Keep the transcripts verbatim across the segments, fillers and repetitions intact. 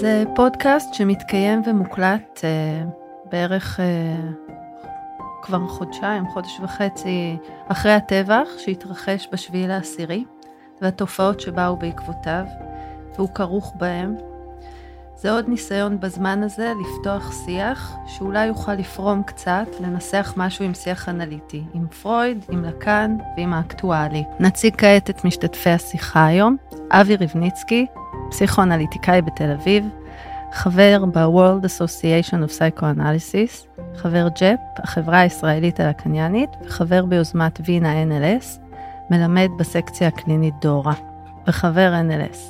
זה פודקאסט שמתקיים ומוקלט אה, בערך אה, כבר חודשיים, חודש וחצי אחרי הטבח שהתרחש בשביעי לעשירי, והתופעות שבאו בעקבותיו, והוא כרוך בהם. זה עוד ניסיון בזמן הזה לפתוח שיח שאולי יוכל לפרום קצת, לנסח משהו עם שיח אנליטי, עם פרויד, עם לקאן ועם האקטואלי. נציג כעת את משתתפי השיחה היום, אבי ריבניצקי, פסיכואנליטיקאי בתל אביב, חבר ב-World Association of Psychoanalysis, חבר ג'פ, החברה הישראלית הלקניאנית, וחבר ביוזמת וינה אן אל אס, מלמד בסקציה הקלינית דורה, וחבר אן אל אס.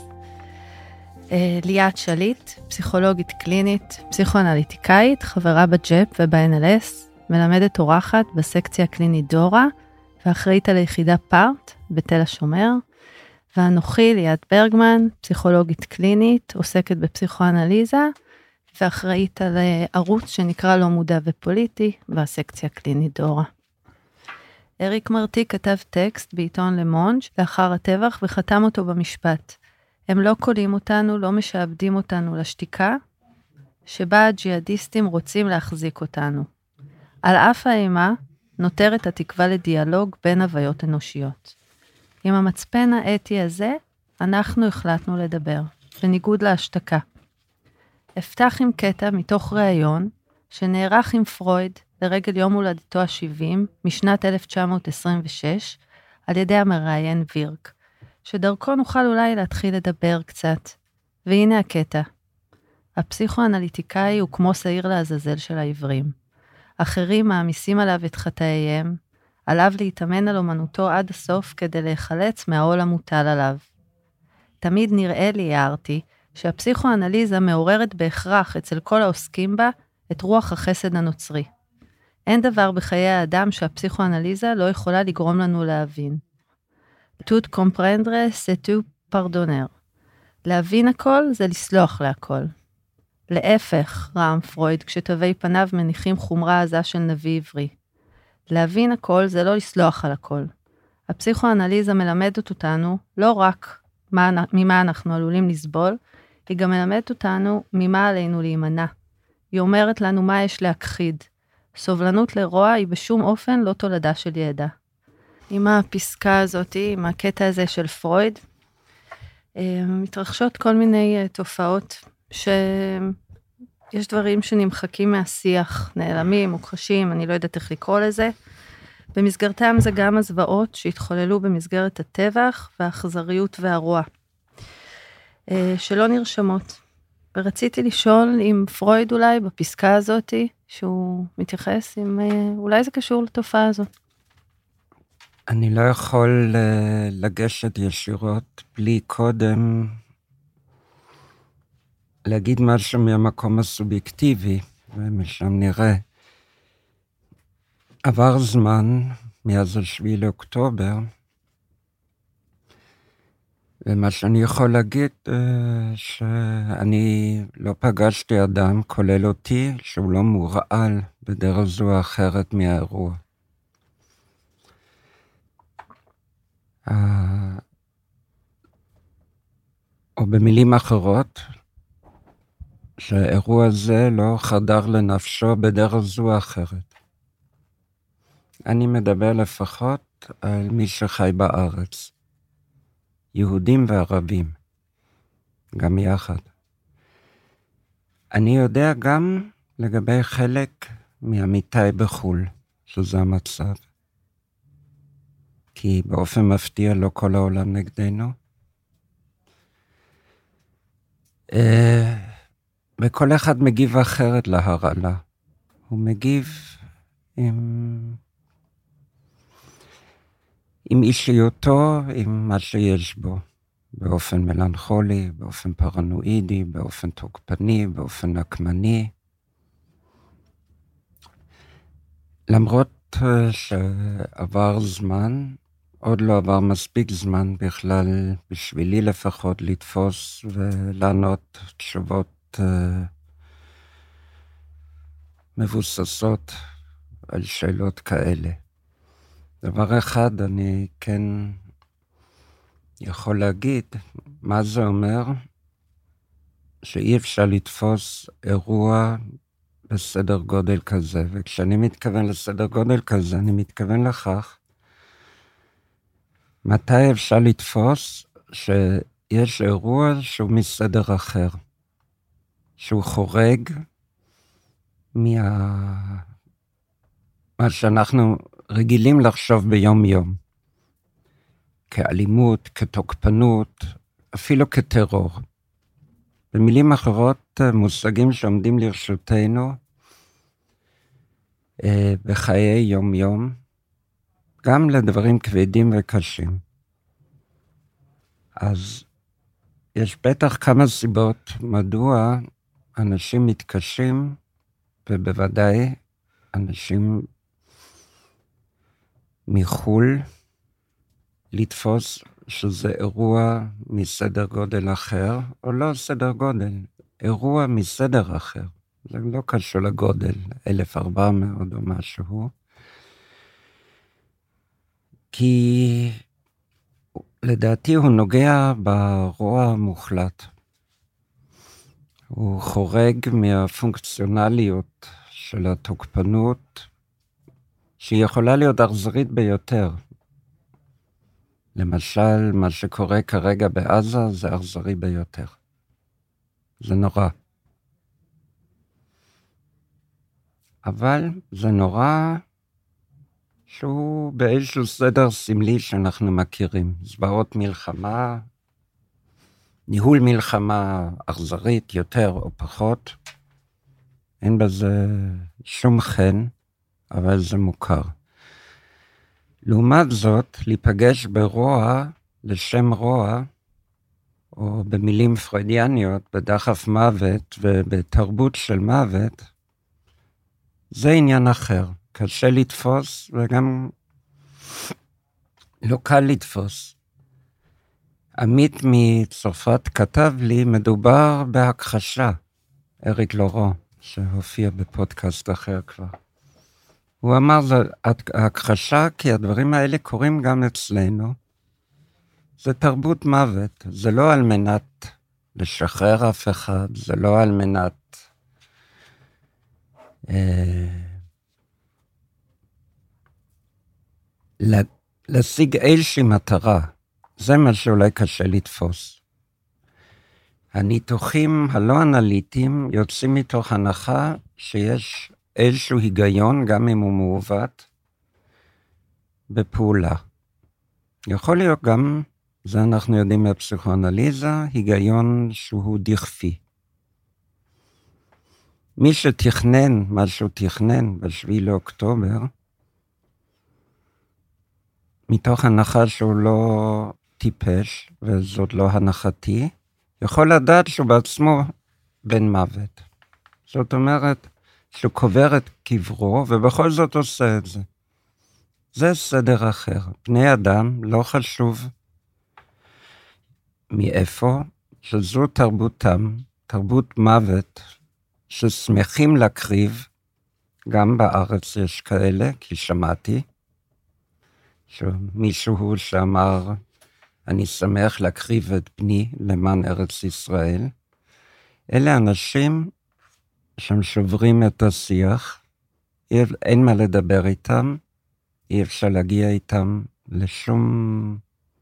ליאת שליט, פסיכולוגית קלינית, פסיכואנליטיקאית, חברה בג'פ וב-אן אל אס, מלמדת אורחת בסקציה הקלינית דורה, ואחראית על היחידה פארט בתל השומר, ואנוכי ליאת ברגמן, פסיכולוגית קלינית, עוסקת בפסיכואנליזה, ואחראית על ערוץ שנקרא לא מודע ופוליטי, והסקציה הקלינית דורה. אריק מרטי כתב טקסט בעיתון למונג' לאחר הטבח וחתם אותו במשפט. הם לא קולים אותנו, לא משעבדים אותנו לשתיקה, שבה הג'יהאדיסטים רוצים להחזיק אותנו. על אף האימה נותרת התקווה לדיאלוג בין הוויות אנושיות. עם המצפן האתי הזה, אנחנו החלטנו לדבר, בניגוד להשתקה. אפתח עם קטע מתוך ראיון, שנערך עם פרויד לרגל יום הולדתו ה-שבעים, משנת אלף תשע מאות עשרים ושש, על ידי המראיין וירק, שדרכו נוכל אולי להתחיל לדבר קצת. והנה הקטע. הפסיכואנליטיקאי הוא כמו שעיר לעזאזל של העברים. אחרים מעמיסים עליו את חטאיהם, עליו להתאמן על אומנותו עד הסוף כדי להיחלץ מהעול המוטל עליו. תמיד נראה לי, הערתי, שהפסיכואנליזה מעוררת בהכרח אצל כל העוסקים בה את רוח החסד הנוצרי. אין דבר בחיי האדם שהפסיכואנליזה לא יכולה לגרום לנו להבין. Tout comprendre, c'est tout pardonner. להבין הכל זה לסלוח להכל. להפך, רעם פרויד, כשתווי פניו מניחים חומרה עזה של נביא עברי. להבין הכל זה לא לסלוח על הכל. הפסיכואנליזה מלמדת אותנו לא רק מה, ממה אנחנו עלולים לסבול, היא גם מלמדת אותנו ממה עלינו להימנע. היא אומרת לנו מה יש להכחיד. סובלנות לרוע היא בשום אופן לא תולדה של ידע. עם הפסקה הזאת, עם הקטע הזה של פרויד, מתרחשות כל מיני תופעות שיש דברים שנמחקים מהשיח, נעלמים, מוכחשים, אני לא יודעת איך לקרוא לזה. במסגרתם זה גם הזוועות שהתחוללו במסגרת הטבח והאכזריות והרוע, שלא נרשמות. ורציתי לשאול אם פרויד אולי בפסקה הזאת, שהוא מתייחס, אם אולי זה קשור לתופעה הזאת. אני לא יכול לגשת ישירות בלי קודם להגיד משהו מהמקום הסובייקטיבי, ומשם נראה. עבר זמן מאז השביעי לאוקטובר, ומה שאני יכול להגיד, שאני לא פגשתי אדם, כולל אותי, שהוא לא מורעל בדרך זו או אחרת מהאירוע. או במילים אחרות, שהאירוע הזה לא חדר לנפשו בדרך זו או אחרת. אני מדבר לפחות על מי שחי בארץ. יהודים וערבים, גם יחד. אני יודע גם לגבי חלק מעמיתי בחול, שזה המצב. כי באופן מפתיע לא כל העולם נגדנו. וכל אחד מגיב אחרת להרעלה. הוא מגיב עם, עם אישיותו, עם מה שיש בו. באופן מלנכולי, באופן פרנואידי, באופן תוקפני, באופן נקמני. למרות שעבר זמן, עוד לא עבר מספיק זמן בכלל, בשבילי לפחות, לתפוס ולענות תשובות uh, מבוססות על שאלות כאלה. דבר אחד אני כן יכול להגיד, מה זה אומר שאי אפשר לתפוס אירוע בסדר גודל כזה, וכשאני מתכוון לסדר גודל כזה, אני מתכוון לכך, מתי אפשר לתפוס שיש אירוע שהוא מסדר אחר, שהוא חורג מה... מה שאנחנו רגילים לחשוב ביום יום, כאלימות, כתוקפנות, אפילו כטרור. במילים אחרות, מושגים שעומדים לרשותנו אה, בחיי יום יום, גם לדברים כבדים וקשים. אז יש בטח כמה סיבות מדוע אנשים מתקשים, ובוודאי אנשים מחול, לתפוס שזה אירוע מסדר גודל אחר, או לא סדר גודל, אירוע מסדר אחר. זה לא קשור לגודל, אלף וארבע מאות או משהו. כי לדעתי הוא נוגע ברוע המוחלט. הוא חורג מהפונקציונליות של התוקפנות, שהיא יכולה להיות אכזרית ביותר. למשל, מה שקורה כרגע בעזה זה אכזרי ביותר. זה נורא. אבל זה נורא שהוא באיזשהו סדר סמלי שאנחנו מכירים. זוועות מלחמה, ניהול מלחמה אכזרית יותר או פחות. אין בזה שום חן, אבל זה מוכר. לעומת זאת, להיפגש ברוע, לשם רוע, או במילים פרוידיאניות, בדחף מוות ובתרבות של מוות, זה עניין אחר. קשה לתפוס וגם לא קל לתפוס. עמית מצרפת כתב לי, מדובר בהכחשה, אריק לורו, שהופיע בפודקאסט אחר כבר. הוא אמר, זה הכחשה, כי הדברים האלה קורים גם אצלנו. זה תרבות מוות, זה לא על מנת לשחרר אף אחד, זה לא על מנת אה, להשיג איזושהי מטרה. זה מה שאולי קשה לתפוס. הניתוחים הלא אנליטיים יוצאים מתוך הנחה שיש איזשהו היגיון, גם אם הוא מעוות, בפעולה. יכול להיות גם, זה אנחנו יודעים מהפסיכואנליזה, היגיון שהוא דכפי. מי שתכנן מה שהוא תכנן בשביעי לאוקטובר, מתוך הנחה שהוא לא טיפש, וזאת לא הנחתי, יכול לדעת שהוא בעצמו בן מוות. זאת אומרת, שהוא קובר את קברו, ובכל זאת עושה את זה. זה סדר אחר. בני אדם, לא חשוב מאיפה, שזו תרבותם, תרבות מוות, ששמחים להקריב, גם בארץ יש כאלה, כי שמעתי, שמישהו שאמר, אני שמח להקריב את בני למען ארץ ישראל. אלה אנשים שהם שוברים את השיח, אין מה לדבר איתם, אי אפשר להגיע איתם לשום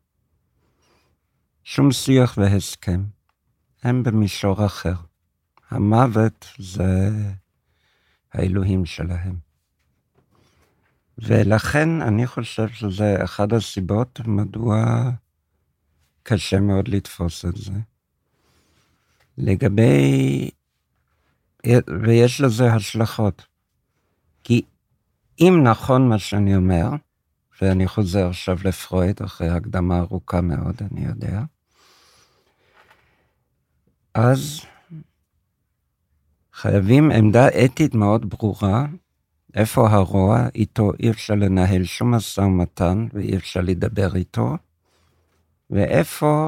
שום שיח והסכם. הם במישור אחר. המוות זה האלוהים שלהם. ולכן אני חושב שזה אחד הסיבות מדוע קשה מאוד לתפוס את זה. לגבי, ויש לזה השלכות. כי אם נכון מה שאני אומר, ואני חוזר עכשיו לפרויד, אחרי הקדמה ארוכה מאוד, אני יודע, אז חייבים עמדה אתית מאוד ברורה, איפה הרוע, איתו אי אפשר לנהל שום משא ומתן, ואי אפשר לדבר איתו, ואיפה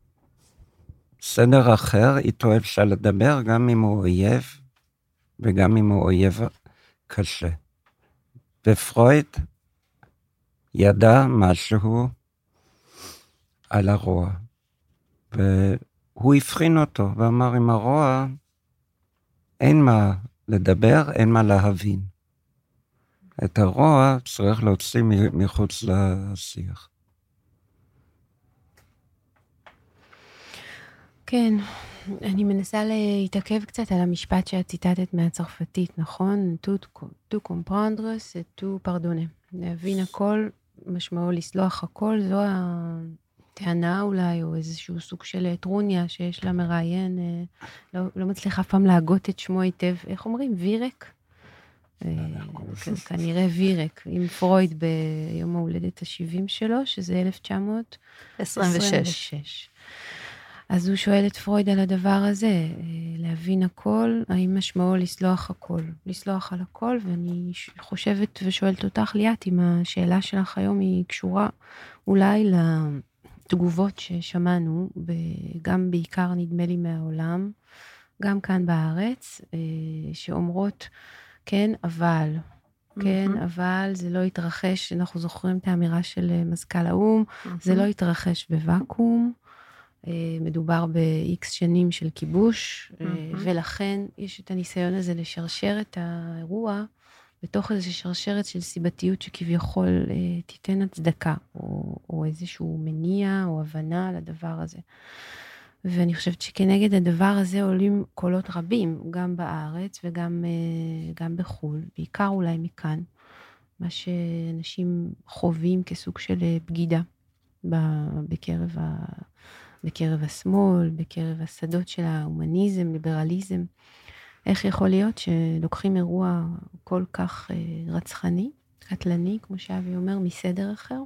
סדר אחר, איתו אפשר לדבר, גם אם הוא אויב, וגם אם הוא אויב קשה. ופרויד ידע משהו על הרוע, והוא הוא הבחין אותו ואמר, עם הרוע אין מה לדבר, אין מה להבין. את הרוע צריך להוציא מחוץ לשיח. כן, אני מנסה להתעכב קצת על המשפט שאת ציטטת מהצרפתית, נכון? tout comprendre, c'est tout pardonner. להבין הכל, משמעו לסלוח הכל, זו הטענה אולי, או איזשהו סוג של טרוניה שיש לה מראיין, לא, לא מצליחה פעם להגות את שמו היטב, איך אומרים? וירק? כנראה וירק, עם פרויד ביום ההולדת ה-שבעים שלו, שזה אלף תשע מאות עשרים ושש. אז הוא שואל את פרויד על הדבר הזה, להבין הכל, האם משמעו לסלוח הכל, לסלוח על הכל, ואני חושבת ושואלת אותך ליאת, אם השאלה שלך היום היא קשורה אולי לתגובות ששמענו, גם בעיקר נדמה לי מהעולם, גם כאן בארץ, שאומרות, כן, אבל, כן, אבל זה לא יתרחש, אנחנו זוכרים את האמירה של מזכ"ל האו"ם, זה לא יתרחש בוואקום, מדובר ב-X שנים של כיבוש, ולכן יש את הניסיון הזה לשרשר את האירוע, בתוך איזושהי שרשרת של סיבתיות שכביכול תיתן הצדקה, או, או איזשהו מניע או הבנה לדבר הזה. ואני חושבת שכנגד הדבר הזה עולים קולות רבים, גם בארץ וגם גם בחול, בעיקר אולי מכאן, מה שאנשים חווים כסוג של בגידה בקרב, ה, בקרב השמאל, בקרב השדות של ההומניזם, ליברליזם. איך יכול להיות שלוקחים אירוע כל כך רצחני, קטלני, כמו שאבי אומר, מסדר אחר,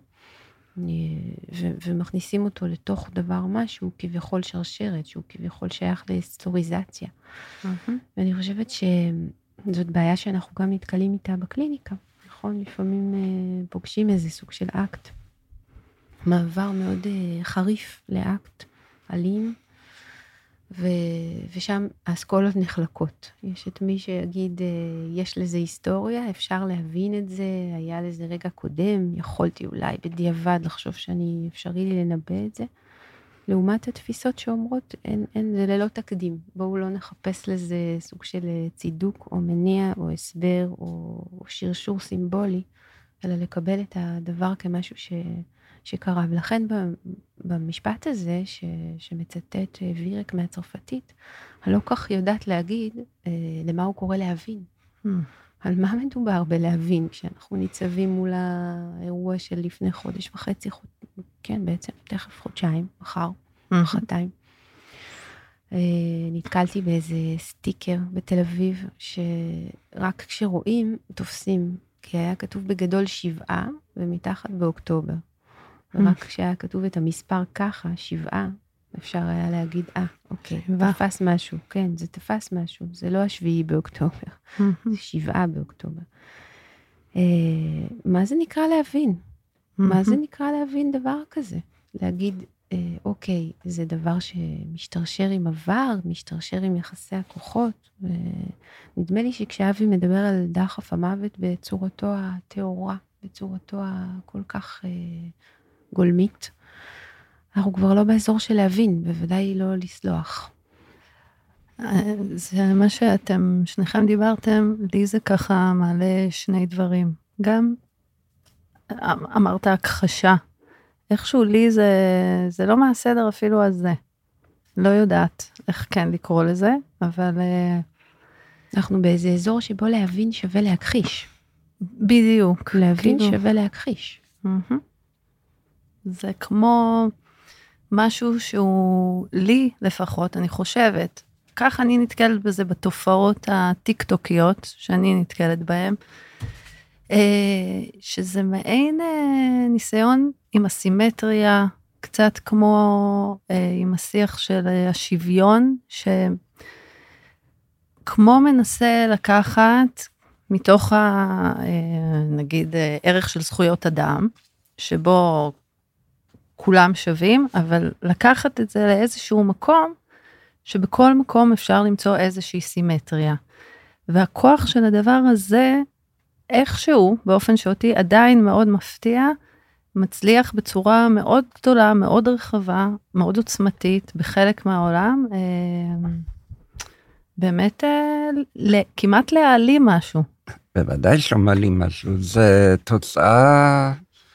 ו- ומכניסים אותו לתוך דבר משהו כביכול שרשרת, שהוא כביכול שייך להיסטוריזציה. Mm-hmm. ואני חושבת שזאת בעיה שאנחנו גם נתקלים איתה בקליניקה, נכון? לפעמים uh, פוגשים איזה סוג של אקט, מעבר מאוד uh, חריף לאקט, אלים, ו- ושם האסכולות נחלקות. יש את מי שיגיד, uh, יש לזה היסטוריה, אפשר להבין את זה, היה לזה רגע קודם, יכולתי אולי בדיעבד לחשוב שאני, אפשרי לי לנבא את זה. לעומת התפיסות שאומרות, אין, אין, זה ללא תקדים. בואו לא נחפש לזה סוג של צידוק או מניע או הסבר או, או שרשור סימבולי, אלא לקבל את הדבר כמשהו ש... שקרה, ולכן במשפט הזה, ש, שמצטט וירק מהצרפתית, אני לא כך יודעת להגיד אה, למה הוא קורא להבין. Mm. על מה מדובר בלהבין, כשאנחנו ניצבים מול האירוע של לפני חודש וחצי, חוד... כן, בעצם, תכף חודשיים, מחר, מחרתיים. אה, נתקלתי באיזה סטיקר בתל אביב, שרק כשרואים, תופסים, כי היה כתוב בגדול שבעה, ומתחת באוקטובר. ורק כשהיה כתוב את המספר ככה, שבעה, אפשר היה להגיד, אה, אוקיי, תפס משהו, כן, זה תפס משהו, זה לא השביעי באוקטובר, זה שבעה באוקטובר. מה זה נקרא להבין? מה זה נקרא להבין דבר כזה? להגיד, אוקיי, זה דבר שמשתרשר עם עבר, משתרשר עם יחסי הכוחות, ונדמה לי שכשאבי מדבר על דחף המוות בצורתו התאורה, בצורתו הכל כך גולמית, אנחנו כבר לא באזור של להבין, בוודאי לא לסלוח. זה מה שאתם, שניכם דיברתם, לי זה ככה מעלה שני דברים. גם אמרת הכחשה. איכשהו לי זה, זה לא מהסדר אפילו הזה. לא יודעת איך כן לקרוא לזה, אבל אנחנו באיזה אזור שבו להבין שווה להכחיש. בדיוק. להבין כאילו... שווה להכחיש. Mm-hmm. זה כמו משהו שהוא לי לפחות, אני חושבת, כך אני נתקלת בזה בתופעות הטיק-טוקיות שאני נתקלת בהן, שזה מעין ניסיון עם הסימטריה, קצת כמו עם השיח של השוויון, שכמו מנסה לקחת מתוך ה, נגיד, ערך של זכויות אדם, שבו כולם שווים, אבל לקחת את זה לאיזשהו מקום, שבכל מקום אפשר למצוא איזושהי סימטריה. והכוח של הדבר הזה, איכשהו, באופן שאותי עדיין מאוד מפתיע, מצליח בצורה מאוד גדולה, מאוד רחבה, מאוד עוצמתית, בחלק מהעולם, באמת כמעט להעלים משהו. בוודאי שמעלים משהו, זה תוצאה,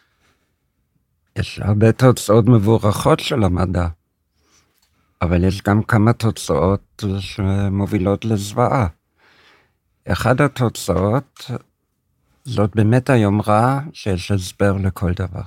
יש הרבה תוצאות מבורכות של המדע, אבל יש גם כמה תוצאות שמובילות לזוועה. אחד התוצאות, זאת באמת היומרה שיש הסבר לכל דבר.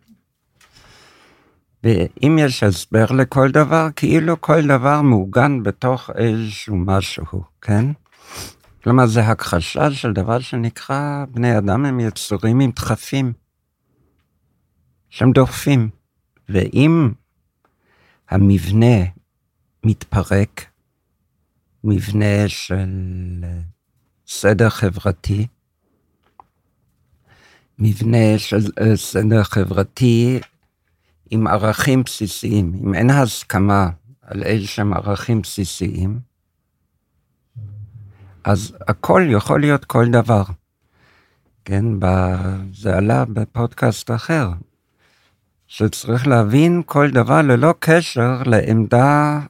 ואם יש הסבר לכל דבר, כאילו כל דבר מעוגן בתוך איזשהו משהו, כן? כלומר, זה הכחשה של דבר שנקרא, בני אדם הם יצורים עם דחפים, שהם דוחפים. ואם המבנה מתפרק, מבנה של סדר חברתי, מבנה של סדר חברתי עם ערכים בסיסיים, אם אין הסכמה על איזשהם ערכים בסיסיים, אז הכל יכול להיות כל דבר. כן, זה עלה בפודקאסט אחר, שצריך להבין כל דבר ללא קשר לעמדה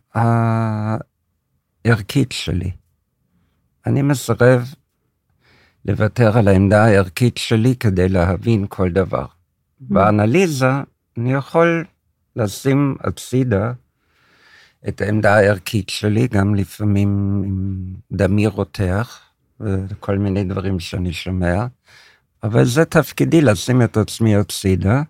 הערכית שלי. אני מסרב לוותר על העמדה הערכית שלי כדי להבין כל דבר. באנליזה אני יכול לשים הצידה את העמדה הערכית שלי, גם לפעמים עם דמי רותח, וכל מיני דברים שאני שומע, אבל זה תפקידי לשים את עצמי הצידה,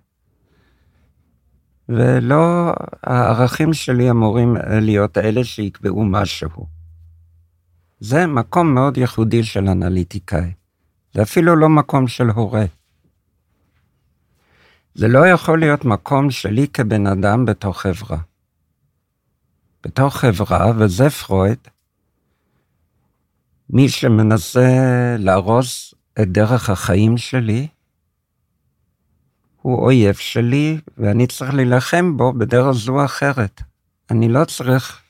ולא, הערכים שלי אמורים להיות אלה שיקבעו משהו. זה מקום מאוד ייחודי של אנליטיקאי. זה אפילו לא מקום של הורה. זה לא יכול להיות מקום שלי כבן אדם בתוך חברה. בתוך חברה, וזה פרויד, מי שמנסה להרוס את דרך החיים שלי, הוא אויב שלי, ואני צריך להילחם בו בדרך זו או אחרת. אני לא צריך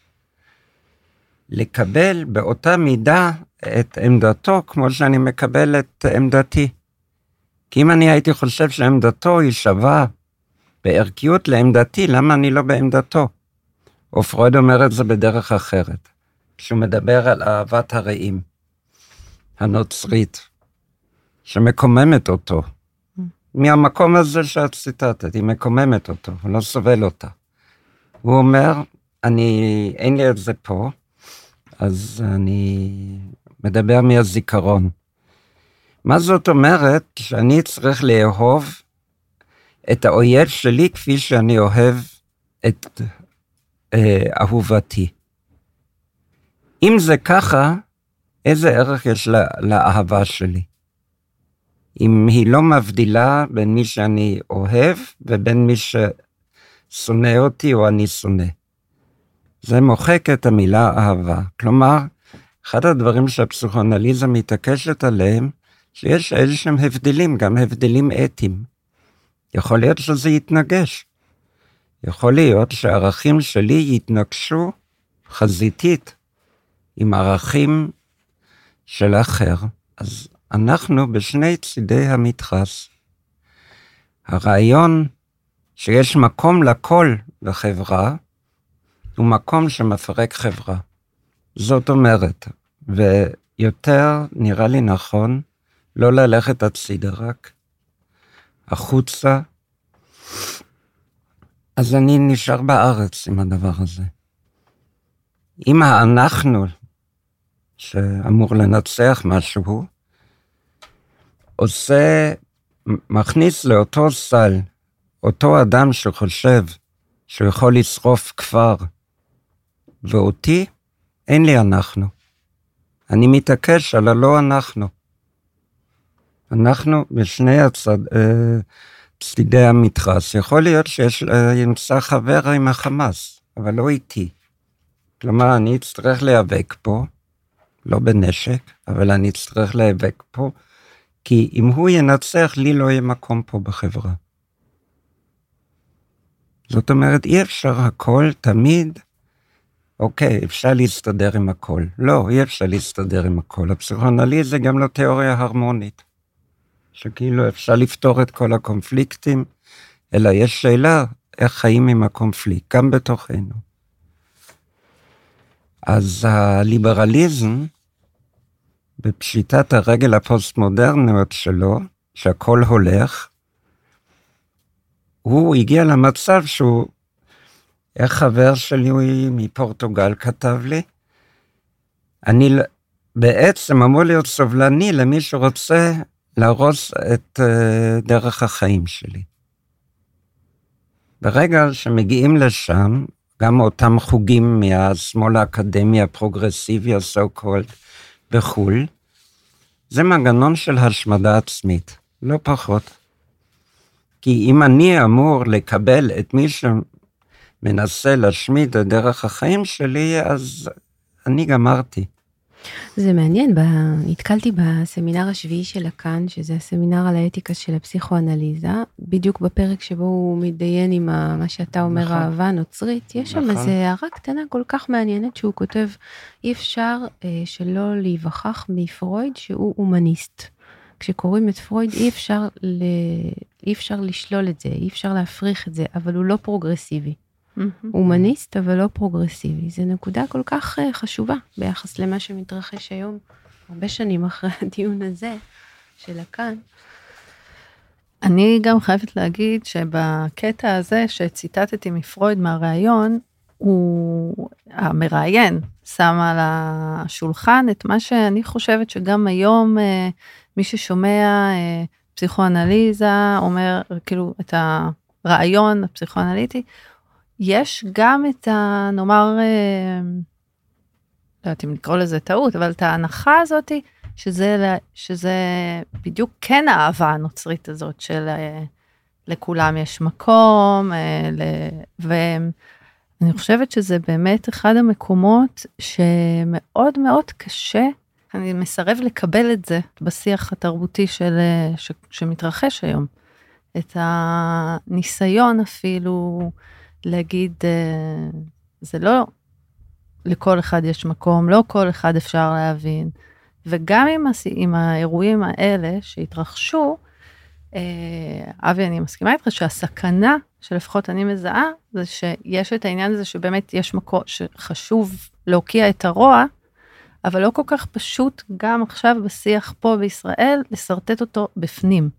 לקבל באותה מידה את עמדתו, כמו שאני מקבל את עמדתי. כי אם אני הייתי חושב שעמדתו היא שווה בערכיות לעמדתי, למה אני לא בעמדתו? או פרויד אומר את זה בדרך אחרת, כשהוא מדבר על אהבת הרעים, הנוצרית, שמקוממת אותו. מהמקום הזה שאת ציטטת, היא מקוממת אותו, הוא לא סובל אותה. הוא אומר, אני, אין לי את זה פה, אז אני מדבר מהזיכרון. מה זאת אומרת? שאני צריך לאהוב את האויב שלי כפי שאני אוהב את אה, אהובתי. אם זה ככה, איזה ערך יש לה, לאהבה שלי? אם היא לא מבדילה בין מי שאני אוהב ובין מי ששונא אותי או אני שונא. זה מוחק את המילה אהבה. כלומר, אחד הדברים שהפסיכואנליזה מתעקשת עליהם, שיש איזשהם הבדלים, גם הבדלים אתיים. יכול להיות שזה יתנגש. יכול להיות שהערכים שלי יתנגשו חזיתית עם ערכים של אחר. אז אנחנו בשני צידי המתחס. הרעיון שיש מקום לכל בחברה, הוא מקום שמפרק חברה. זאת אומרת, ויותר נראה לי נכון, לא ללכת הצידה רק, החוצה, אז אני נשאר בארץ עם הדבר הזה. אם האנחנו, שאמור לנצח משהו, עושה, מכניס לאותו סל, אותו אדם שחושב שהוא יכול לשרוף כפר, ואותי, אין לי אנחנו. אני מתעקש על הלא אנחנו. אנחנו בשני הצד, אה, צדידי המתרס. יכול להיות שיש אה, ימצא חבר עם החמאס, אבל לא איתי. כלומר, אני אצטרך להיאבק פה, לא בנשק, אבל אני אצטרך להיאבק פה, כי אם הוא ינצח, לי לא יהיה מקום פה בחברה. זאת אומרת, אי אפשר הכל תמיד, אוקיי, אפשר להסתדר עם הכל. לא, אי אפשר להסתדר עם הכל. הפסיכואנליזה גם לא תיאוריה הרמונית, שכאילו אפשר לפתור את כל הקונפליקטים אלא יש שאלה איך חיים עם הקונפליקט, גם בתוכנו. אז הליברליזם, בפשיטת הרגל הפוסט-מודרניות שלו, שהכל הולך, הוא הגיע למצב שהוא, איך חבר שלי מפורטוגל כתב לי, אני בעצם אמור להיות סובלני למי שרוצה להרוס את uh, דרך החיים שלי. ברגע שמגיעים לשם, גם אותם חוגים מהשמאל האקדמי הפרוגרסיבי, ה-so called, בחול, זה מנגנון של השמדה עצמית, לא פחות. כי אם אני אמור לקבל את מי שמנסה להשמיד את דרך החיים שלי, אז אני גמרתי. זה מעניין, ב... התקלתי בסמינר השביעי של לקאן, שזה הסמינר על האתיקה של הפסיכואנליזה, בדיוק בפרק שבו הוא מתדיין עם ה... מה שאתה אומר, נכון. האהבה הנוצרית, יש נכון. שם איזו הערה קטנה כל כך מעניינת, שהוא כותב, אי אפשר אה, שלא להיווכח מפרויד שהוא הומניסט. כשקוראים את פרויד, אי אפשר, ל... אי אפשר לשלול את זה, אי אפשר להפריך את זה, אבל הוא לא פרוגרסיבי. הומניסט, אבל לא פרוגרסיבי. זו נקודה כל כך חשובה, ביחס למה שמתרחש היום, הרבה שנים אחרי הדיון הזה, של לקאן. אני גם חייבת להגיד, שבקטע הזה, שציטטתי מפרויד מהראיון, הוא, המראיין, שם על השולחן את מה שאני חושבת שגם היום, מי ששומע פסיכואנליזה, אומר, כאילו, את הרעיון הפסיכואנליטי, יש גם את ה... נאמר, לא יודעת אם לקרוא לזה טעות, אבל את ההנחה הזאת, שזה, שזה בדיוק כן האהבה הנוצרית הזאת, של לכולם יש מקום, ואני חושבת שזה באמת אחד המקומות שמאוד מאוד קשה, אני מסרב לקבל את זה בשיח התרבותי של, ש, שמתרחש היום. את הניסיון אפילו, להגיד, זה לא, לכל אחד יש מקום, לא כל אחד אפשר להבין, וגם עם, עם האירועים האלה שהתרחשו, אבי, אני מסכימה איתך שהסכנה, שלפחות אני מזהה, זה שיש את העניין הזה שבאמת יש מקום שחשוב להוקיע את הרוע, אבל לא כל כך פשוט גם עכשיו בשיח פה בישראל, לסרטט אותו בפנים.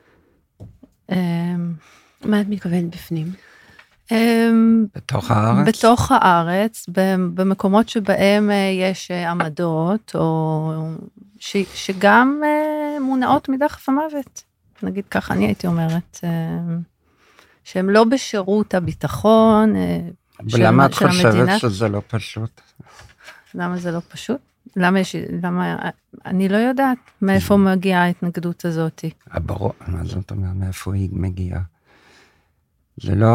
מה את מתכוונת בפנים? בתוך הארץ? בתוך הארץ, במקומות שבהם יש עמדות, או ש, שגם מונעות מדחף המוות. נגיד ככה, אני הייתי אומרת, שהם לא בשירות הביטחון, של, למה את חושבת המדינה. שזה לא פשוט? למה זה לא פשוט? למה יש, למה, אני לא יודעת מאיפה מגיעה ההתנגדות הזאת. ברור, מה זאת אומרת, מאיפה היא מגיעה? זה לא,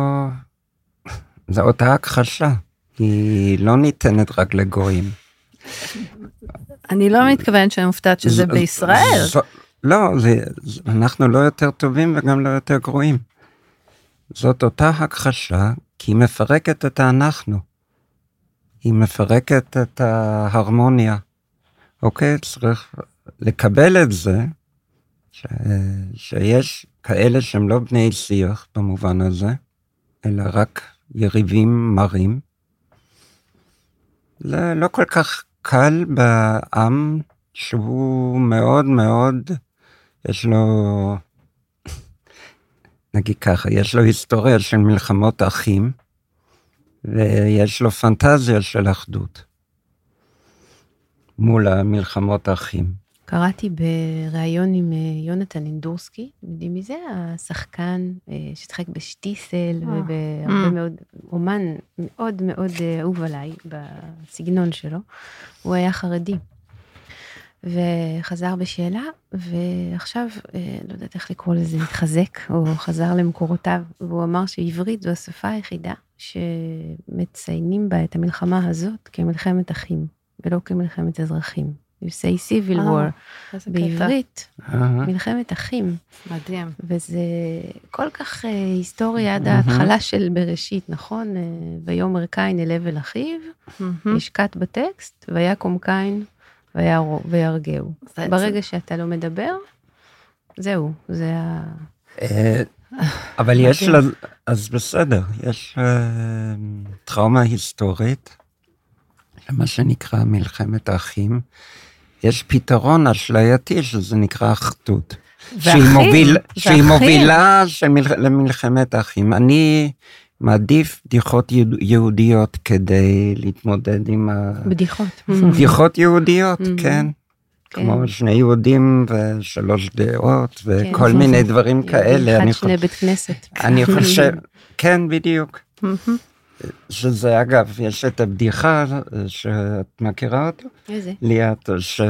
זה אותה הכחשה, היא לא ניתנת רק לגויים. אני לא מתכוונת שאני מופתעת שזה בישראל. לא, אנחנו לא יותר טובים וגם לא יותר גרועים. זאת אותה הכחשה, כי היא מפרקת את האנחנו. היא מפרקת את ההרמוניה. אוקיי, צריך לקבל את זה, ש... שיש כאלה שהם לא בני שיח במובן הזה, אלא רק יריבים מרים. זה לא כל כך קל בעם שהוא מאוד מאוד, יש לו, נגיד ככה, יש לו היסטוריה של מלחמות אחים, ויש לו פנטזיה של אחדות, מול המלחמות האחים. קראתי בראיון עם יונתן אינדורסקי, יודעים מי זה? השחקן ששחק בשטיסל, ובהרבה מאוד, אומן מאוד מאוד אהוב עליי בסגנון שלו, הוא היה חרדי. וחזר בשאלה, ועכשיו, לא יודעת איך לקרוא לזה, מתחזק, או חזר למקורותיו, והוא אמר שעברית זו השפה היחידה שמציינים בה את המלחמה הזאת כמלחמת אחים, ולא כמלחמת אזרחים. You say civil war, בעברית, מלחמת אחים. מדהים. וזה כל כך היסטוריה עד ההתחלה של בראשית, נכון? ויאמר קין אל הבל אחיו, השקט בטקסט, ויקום קין ויהרגהו. ברגע שאתה לא מדבר, זהו, זה ה... אבל יש לה, אז בסדר, יש טראומה היסטורית, מה שנקרא מלחמת האחים, יש פתרון אשלייתי שזה נקרא אחדות. שהיא, מוביל, שהיא מובילה למלחמת האחים. אני מעדיף בדיחות יהודיות כדי להתמודד עם ה... בדיחות. בדיחות יהודיות, כן. כמו שני יהודים ושלוש דעות וכל מיני דברים כאלה. אחד שני בית כנסת. אני חושב, כן, בדיוק. שזה אגב, יש את הבדיחה שאת מכירה אותו? איזה? ליאת,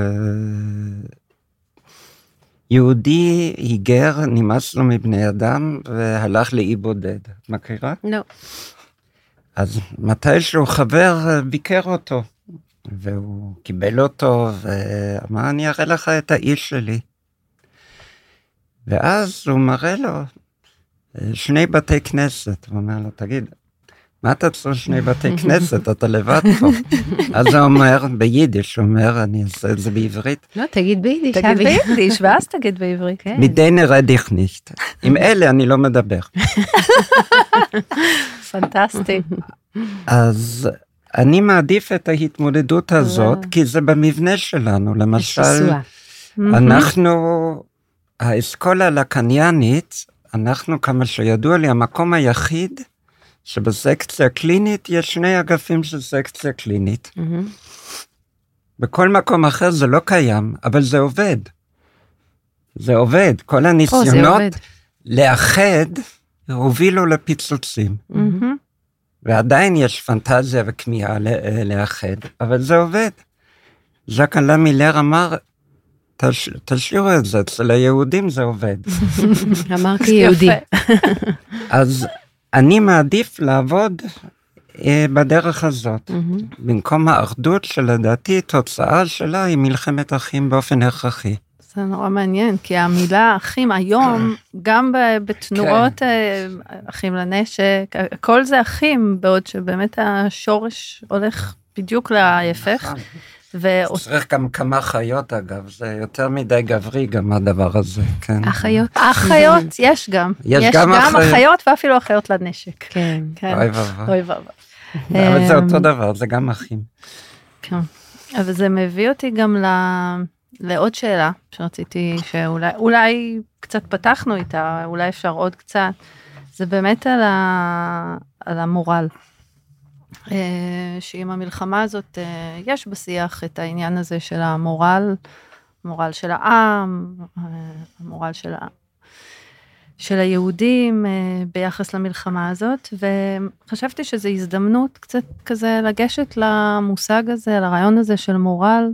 שיהודי היגר, נמאס לו מבני אדם, והלך לאי בודד. את מכירה? לא. אז מתישהו חבר ביקר אותו, והוא קיבל אותו, ואמר, אני אראה לך את האיש שלי. ואז הוא מראה לו שני בתי כנסת, הוא אומר לו, תגיד, מה אתה צריך שני בתי כנסת? אתה לבד פה. אז הוא אומר, ביידיש, הוא אומר, אני אעשה את זה בעברית. לא, תגיד ביידיש. תגיד ביידיש, ואז תגיד בעברית. מדי נרד איך נישט. עם אלה אני לא מדבר. פנטסטי. אז אני מעדיף את ההתמודדות הזאת, כי זה במבנה שלנו. למשל, אנחנו, האסכולה לקניינית, אנחנו, כמה שידוע לי, המקום היחיד, שבסקציה קלינית יש שני אגפים של סקציה קלינית. בכל מקום אחר זה לא קיים, אבל זה עובד. זה עובד. כל הניסיונות לאחד הובילו לפיצוצים. ועדיין יש פנטזיה וכמיהה לאחד, אבל זה עובד. ז'אק אלן מילר אמר, תשאירו את זה, אצל היהודים זה עובד. אמר כיהודי. אז אני מעדיף לעבוד אה, בדרך הזאת, mm-hmm. במקום האחדות שלדעתי, תוצאה שלה היא מלחמת אחים באופן הכרחי. זה נורא מעניין, כי המילה אחים היום, גם בתנועות כן. אחים לנשק, כל זה אחים, בעוד שבאמת השורש הולך בדיוק להפך. ו... צריך גם כמה חיות אגב, זה יותר מדי גברי גם הדבר הזה, כן. אחיות. אחיות, יש גם. יש, יש גם, גם אחיות. אחיות ואפילו אחיות לנשק. כן. כן. אוי ואבוי. אוי ואבוי. אבל זה אותו דבר, זה גם אחים. כן. אבל זה מביא אותי גם ל... לעוד שאלה, שרציתי שאולי אולי קצת פתחנו איתה, אולי אפשר עוד קצת, זה באמת על, ה... על המורל. שעם המלחמה הזאת יש בשיח את העניין הזה של המורל, המורל של העם, המורל של, ה... של היהודים ביחס למלחמה הזאת, וחשבתי שזו הזדמנות קצת כזה לגשת למושג הזה, לרעיון הזה של מורל,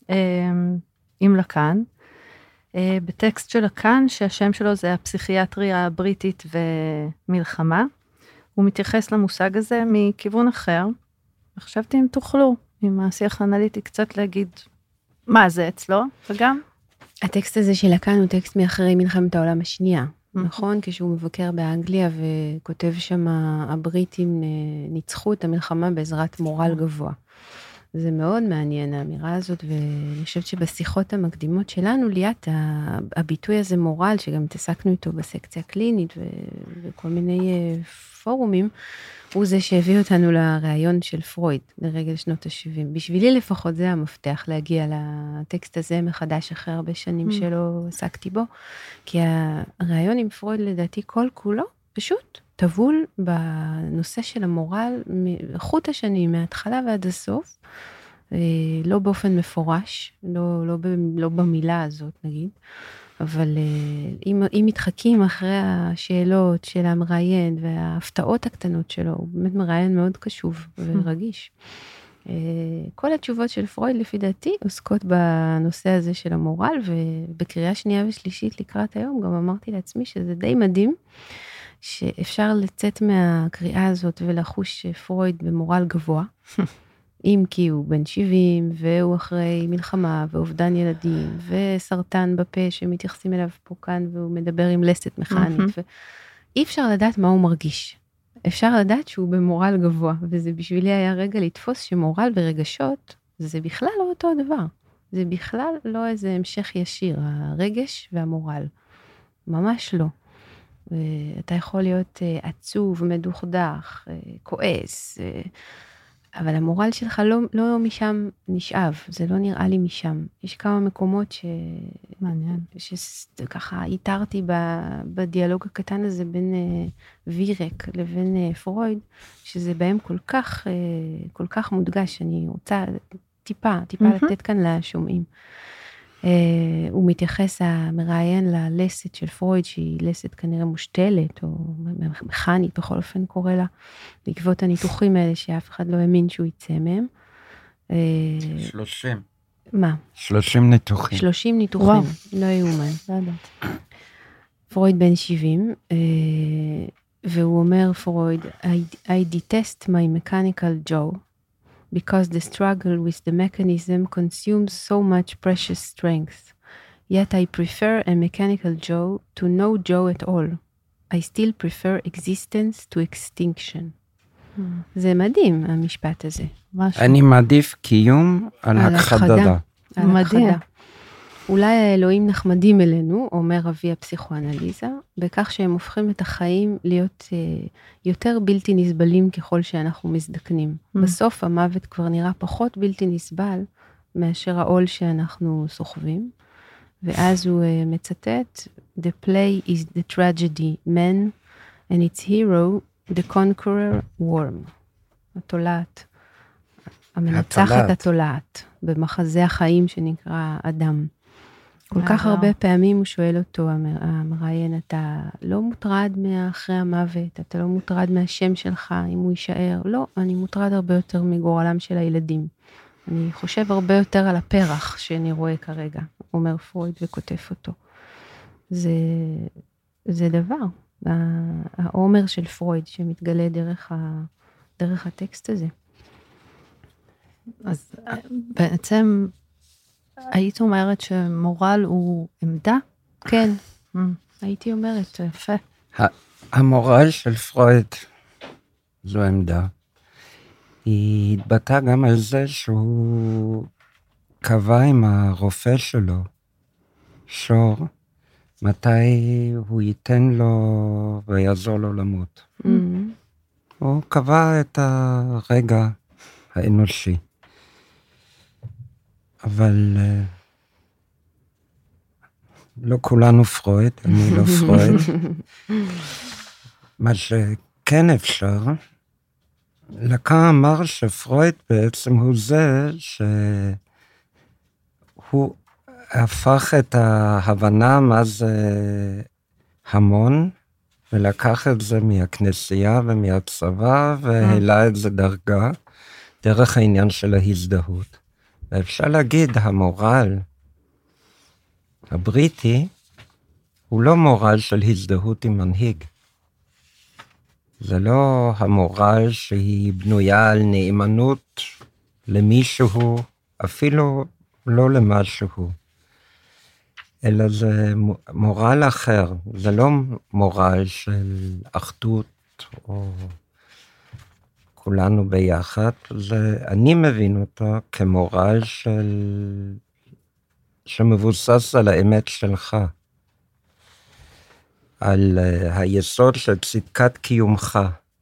עם לקאן, בטקסט של לקאן, שהשם שלו זה הפסיכיאטריה הבריטית ומלחמה, הוא מתייחס למושג הזה מכיוון אחר, וחשבתי אם תוכלו, עם השיח האנליטי, קצת להגיד מה זה אצלו, וגם... הטקסט הזה של לקאן הוא טקסט מאחרי מלחמת העולם השנייה, נכון? כשהוא מבקר באנגליה וכותב שם, הבריטים ניצחו את המלחמה בעזרת מורל גבוה. זה מאוד מעניין האמירה הזאת, ואני חושבת שבשיחות המקדימות שלנו, ליאת, הביטוי הזה מורל, שגם התעסקנו איתו בסקציה קלינית וכל מיני פורומים, הוא זה שהביא אותנו לרעיון של פרויד, לרגל שנות ה-שבעים. בשבילי לפחות זה המפתח להגיע לטקסט הזה מחדש אחרי הרבה שנים שלא עסקתי בו, כי הרעיון עם פרויד לדעתי כל כולו, פשוט טבול בנושא של המורל, חוט השנים, מההתחלה ועד הסוף, לא באופן מפורש, לא, לא, לא במילה הזאת נגיד, אבל אם, אם מתחקים אחרי השאלות של המראיין וההפתעות הקטנות שלו, הוא באמת מראיין מאוד קשוב ורגיש. כל התשובות של פרויד לפי דעתי עוסקות בנושא הזה של המורל, ובקריאה שנייה ושלישית לקראת היום גם אמרתי לעצמי שזה די מדהים, שאפשר לצאת מהקריאה הזאת ולחוש פרויד במורל גבוה, אם כי הוא בן שבעים, והוא אחרי מלחמה, ואובדן ילדים, וסרטן בפה שמתייחסים אליו פה כאן, והוא מדבר עם לסת מכנית, ואי אפשר לדעת מה הוא מרגיש. אפשר לדעת שהוא במורל גבוה, וזה בשבילי היה רגע לתפוס שמורל ורגשות, זה בכלל לא אותו הדבר. זה בכלל לא איזה המשך ישיר, הרגש והמורל. ממש לא. אתה יכול להיות עצוב, מדוכדך, כועס, אבל המורל שלך לא, לא משם נשאב, זה לא נראה לי משם. יש כמה מקומות ש... מעניין. שככה איתרתי בדיאלוג הקטן הזה בין וירק לבין פרויד, שזה בהם כל כך, כל כך מודגש, אני רוצה טיפה, טיפה mm-hmm. לתת כאן לשומעים. Uh, הוא מתייחס המראיין ללסת של פרויד, שהיא לסת כנראה מושתלת, או מכנית, בכל אופן קורא לה, בעקבות הניתוחים האלה שאף אחד לא האמין שהוא יצא מהם. שלושים. מה? שלושים ניתוחים. שלושים ניתוחים, וואו. לא יאומן. לא יודעת. פרויד בן שבעים, uh, והוא אומר, פרויד, I, I detest my mechanical jaw, because the struggle with the mechanism consumes so much precious strength. Yet I prefer a mechanical jaw to no jaw at all. I still prefer existence to extinction. Hmm. זה מדהים, המשפט הזה. משהו. אני מעדיף קיום על, על הכחדה. על מדהים. הכחדה. אולי האלוהים נחמדים אלינו, אומר אבי הפסיכואנליזה, בכך שהם הופכים את החיים להיות uh, יותר בלתי נסבלים ככל שאנחנו מזדקנים. Mm. בסוף המוות כבר נראה פחות בלתי נסבל מאשר העול שאנחנו סוחבים, ואז הוא uh, מצטט, The play is the tragedy, man, and its hero, the conqueror, worm. התולעת, המנצחת התולעת, במחזה החיים שנקרא אדם. כל כך הרבה פעמים הוא שואל אותו, המראיין, אתה לא מוטרד מאחרי המוות, אתה לא מוטרד מהשם שלך, אם הוא יישאר. לא, אני מוטרד הרבה יותר מגורלם של הילדים. אני חושב הרבה יותר על הפרח שאני רואה כרגע, אומר פרויד וכותף אותו. זה, זה דבר, העומר של פרויד שמתגלה דרך, ה, דרך הטקסט הזה. אז בעצם... היית אומרת שמורל הוא עמדה? כן, הייתי אומרת, יפה. המורל של פרויד זו עמדה. היא התבטאה גם על זה שהוא קבע עם הרופא שלו, שור, מתי הוא ייתן לו ויעזור לו למות. הוא קבע את הרגע האנושי. אבל לא כולנו פרויד, אני לא פרויד. מה שכן אפשר, לקה אמר שפרויד בעצם הוא זה שהוא הפך את ההבנה מה זה המון, ולקח את זה מהכנסייה ומהצבא, והעלה את זה דרגה, דרך העניין של ההזדהות. ואפשר להגיד, המורל הבריטי הוא לא מורל של הזדהות עם מנהיג. זה לא המורל שהיא בנויה על נאמנות למישהו, אפילו לא למשהו, אלא זה מורל אחר. זה לא מורל של אחדות או... כולנו ביחד, זה, אני מבין אותו כמורל של, שמבוסס על האמת שלך, על uh, היסוד של צדקת קיומך,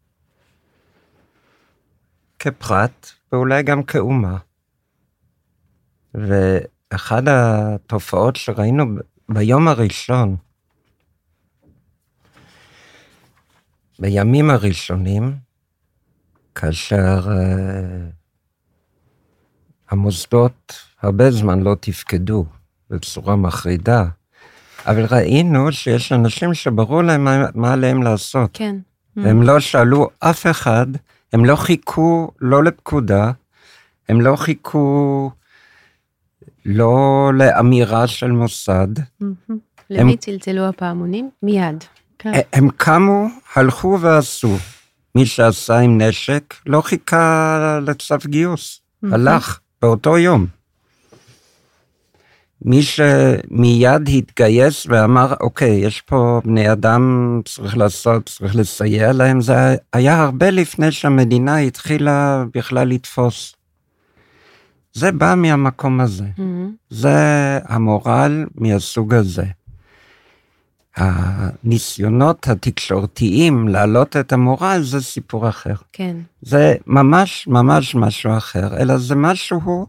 כפרט, ואולי גם כאומה. ואחד התופעות שראינו ביום הראשון, בימים הראשונים, כאשר uh, המוסדות הרבה זמן לא תפקדו בצורה מחרידה, אבל ראינו שיש אנשים שברור להם מה, מה עליהם לעשות. כן. הם mm. לא שאלו אף אחד, הם לא חיכו לא לפקודה, הם לא חיכו לא לאמירה של מוסד. Mm-hmm. למי צלצלו הפעמונים? מיד. כן. הם קמו, הלכו ועשו. מי שעשה עם נשק לא חיכה לצו גיוס, mm-hmm. הלך באותו יום. מי שמיד התגייס ואמר, אוקיי, יש פה בני אדם, צריך לעשות, צריך לסייע להם, זה היה הרבה לפני שהמדינה התחילה בכלל לתפוס. זה בא מהמקום הזה. Mm-hmm. זה המורל מהסוג הזה. הניסיונות התקשורתיים להעלות את המורל זה סיפור אחר. כן. זה ממש ממש משהו אחר, אלא זה משהו,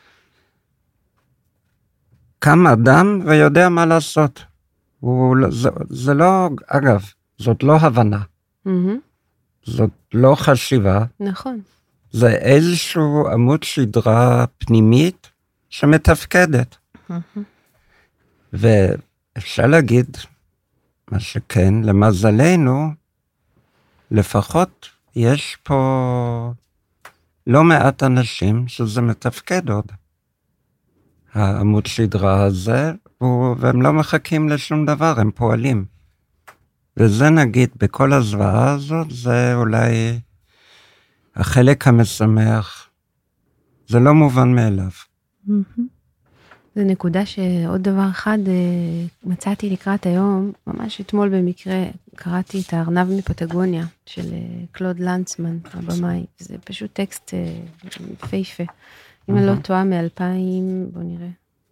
קם אדם ויודע מה לעשות. הוא, זה, זה לא, אגב, זאת לא הבנה. Mm-hmm. זאת לא חשיבה. נכון. זה איזשהו עמוד שדרה פנימית שמתפקדת. Mm-hmm. ואפשר להגיד, מה שכן, למזלנו, לפחות יש פה לא מעט אנשים שזה מתפקד עוד. העמוד שדרה הזה, והם לא מחכים לשום דבר, הם פועלים. וזה נגיד, בכל הזוועה הזאת, זה אולי החלק המשמח. זה לא מובן מאליו. זה נקודה שעוד דבר אחד מצאתי לקראת היום, ממש אתמול במקרה קראתי את הארנב מפטגוניה של קלוד לנצמן, הבמאי. זה פשוט טקסט יפהפה. אם אני לא טועה מ-אלפיים, בוא נראה.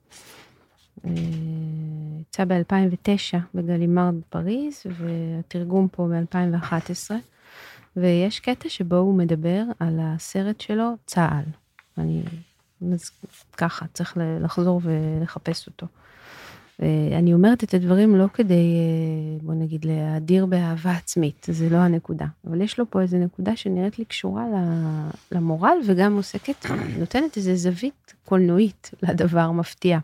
יצא ב-אלפיים ותשע בגלימארד פריז, והתרגום פה ב-אלפיים ואחת עשרה, ויש קטע שבו הוא מדבר על הסרט שלו, צה"ל. אני... אז ככה, צריך לחזור ולחפש אותו. אני אומרת את הדברים לא כדי, בוא נגיד, להאדיר באהבה עצמית, זה לא הנקודה. אבל יש לו פה איזו נקודה שנראית לי קשורה למורל, וגם עוסקת, נותנת איזו זווית קולנועית לדבר מפתיע.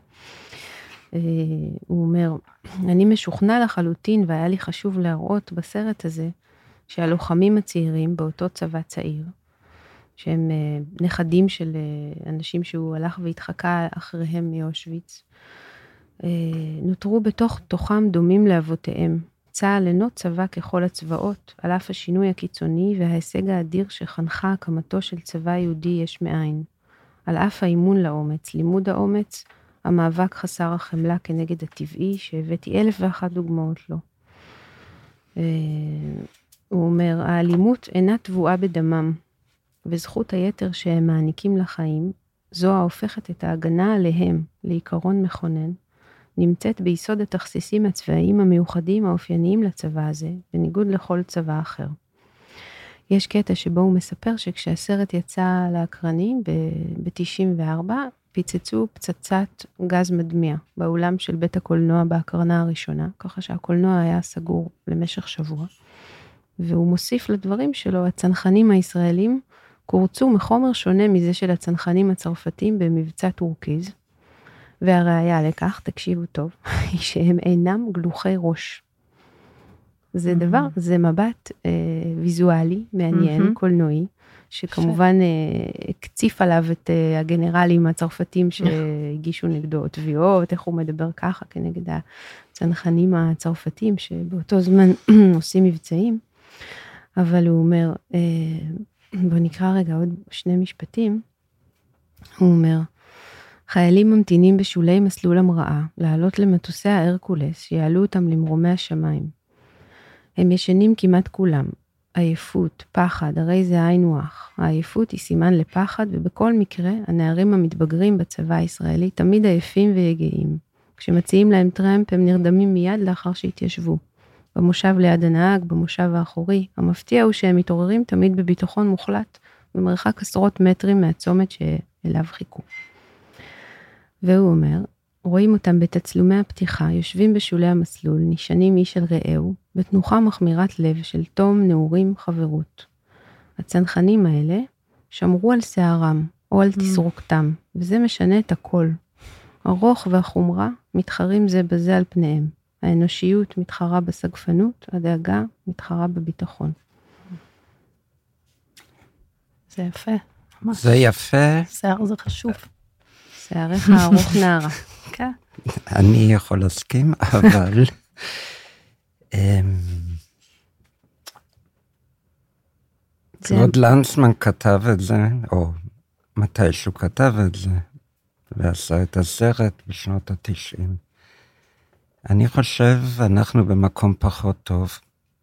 הוא אומר, אני משוכנע לחלוטין, והיה לי חשוב להראות בסרט הזה, שהלוחמים הצעירים באותו צבא צעיר, שהם נכדים של אנשים שהוא הלך והתחקה אחריהם מאושוויץ, נותרו בתוך תוכם דומים לאבותיהם. צה"ל אינו צבא ככל הצבאות, על אף השינוי הקיצוני וההישג האדיר שחנכה הקמתו של צבא יהודי יש מאין. על אף האימון לאומץ, לימוד האומץ, המאבק חסר החמלה כנגד הטבעי, שהבאתי אלף ואחת דוגמאות לו. הוא אומר, האלימות אינה תבואה בדמם, וזכות היתר שהם מעניקים לחיים, זו ההופכת את ההגנה עליהם לעיקרון מכונן, נמצאת ביסוד התכסיסים הצבאיים המיוחדים האופייניים לצבא הזה, בניגוד לכל צבא אחר. יש קטע שבו הוא מספר שכשהסרט יצא לאקרנים ב-תשעים וארבע, פיצצו פצצת גז מדמיע באולם של בית הקולנוע בהקרנה הראשונה, ככה שהקולנוע היה סגור למשך שבוע, והוא מוסיף לדברים שלו, הצנחנים הישראלים קורצו מחומר שונה מזה של הצנחנים הצרפתים במבצע טורקיז, והראיה לכך, תקשיבו טוב, היא שהם אינם גלוחי ראש. זה דבר, זה מבט אה, ויזואלי, מעניין, קולנועי, שכמובן אה, קציף עליו את אה, הגנרלים הצרפתים שהגישו נגדו תביעות, איך הוא מדבר ככה כנגד הצנחנים הצרפתים, שבאותו זמן עושים מבצעים, אבל הוא אומר, אה, בוא נקרא רגע עוד שני משפטים, הוא אומר, חיילים ממתינים בשולי מסלול המראה, לעלות למטוסי ההרקולס, שיעלו אותם למרומי השמיים. הם ישנים כמעט כולם, עייפות, פחד, הרי זה היינו הך. העייפות היא סימן לפחד, ובכל מקרה, הנערים המתבגרים בצבא הישראלי תמיד עייפים ויגעים. כשמציעים להם טרמפ, הם נרדמים מיד לאחר שהתיישבו. במושב ליד הנהג, במושב האחורי, המפתיע הוא שהם מתעוררים תמיד בביטחון מוחלט, במרחק עשרות מטרים מהצומת שאליו חיכו. והוא אומר, רואים אותם בתצלומי הפתיחה, יושבים בשולי המסלול, נשענים איש על רעהו, בתנוחה מחמירת לב של תום, נעורים, חברות. הצנחנים האלה שמרו על שערם, או על תסרוקתם, וזה משנה את הכל. הרוח והחומרה מתחרים זה בזה על פניהם. האנושיות מתחרה בסגפנות, הדאגה מתחרה בביטחון. זה יפה. זה יפה. שיער זה חשוב. שעריך ארוך נערה. כן. אני יכול להסכים, אבל... קלוד לנצמן כתב את זה, או מתי שהוא כתב את זה, ועשה את הסרט בשנות התשעים. אני חושב, אנחנו במקום פחות טוב,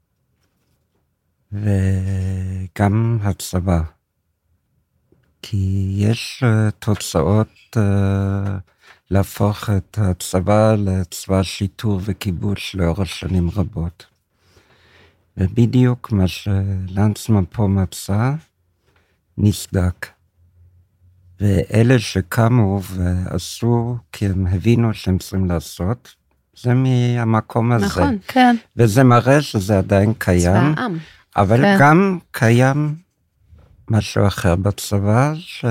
וגם הצבא. כי יש uh, תוצאות uh, להפוך את הצבא לצבא שיטור וכיבוש לאורך שנים רבות. ובדיוק מה שלנצמן פה מצא, נסדק. ואלה שקמו ועשו, כי הם הבינו שהם צריכים לעשות, זה מהמקום הזה. נכון, כן. וזה מראה שזה עדיין קיים. צבא העם. אבל כן. גם קיים משהו אחר בצבא,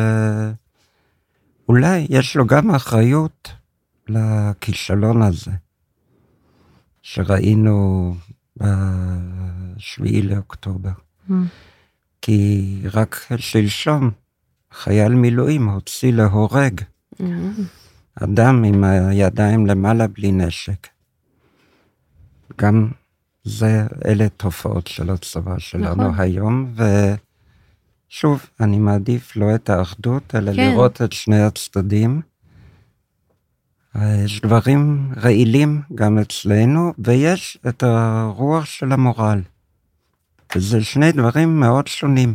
שאולי יש לו גם אחריות לכישלון הזה, שראינו בשביעי לאוקטובר. Mm. כי רק שלשום, חייל מילואים הוציא להורג, Mm-hmm. אדם עם הידיים למעלה בלי נשק. גם זה, אלה תופעות של הצבא שלנו נכון. היום, ושוב, אני מעדיף לא את האחדות, אלא כן. לראות את שני הצדדים. יש דברים רעילים גם אצלנו, ויש את הרוח של המורל. וזה שני דברים מאוד שונים.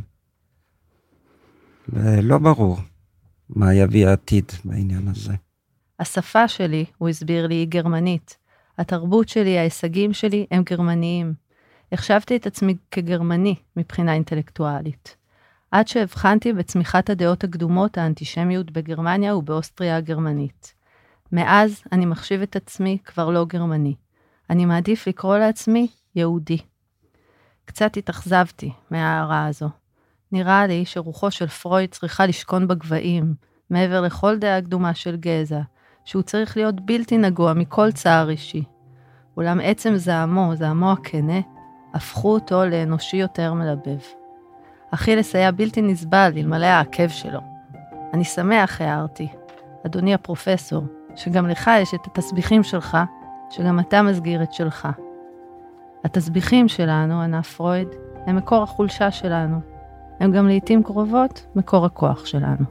ולא ברור מה יביא העתיד בעניין הזה. השפה שלי, הוא הסביר לי, היא גרמנית. התרבות שלי, ההישגים שלי, הם גרמניים. החשבתי את עצמי כגרמני מבחינה אינטלקטואלית. עד שהבחנתי בצמיחת הדעות הקדומות האנטישמיות בגרמניה ובאוסטריה הגרמנית. מאז אני מחשיב את עצמי כבר לא גרמני. אני מעדיף לקרוא לעצמי יהודי. קצת התאכזבתי מההערה הזו. נראה לי שרוחו של פרויד צריכה לשכון בגבעים, מעבר לכל דעה קדומה של גזע, שהוא צריך להיות בלתי נגוע מכל צער אישי. אולם עצם זעמו, זעמו הכנה, הפכו אותו לאנושי יותר מלבב. אכילס היה בלתי נסבל אלמלא העקב שלו. אני שמח, הערתי, אדוני הפרופסור, שגם לך יש את התסביכים שלך, שגם אתה מסגיר את שלך. התסביכים שלנו, ענה פרויד, הם מקור החולשה שלנו. הם גם לעתים קרובות מקור הכוח שלנו.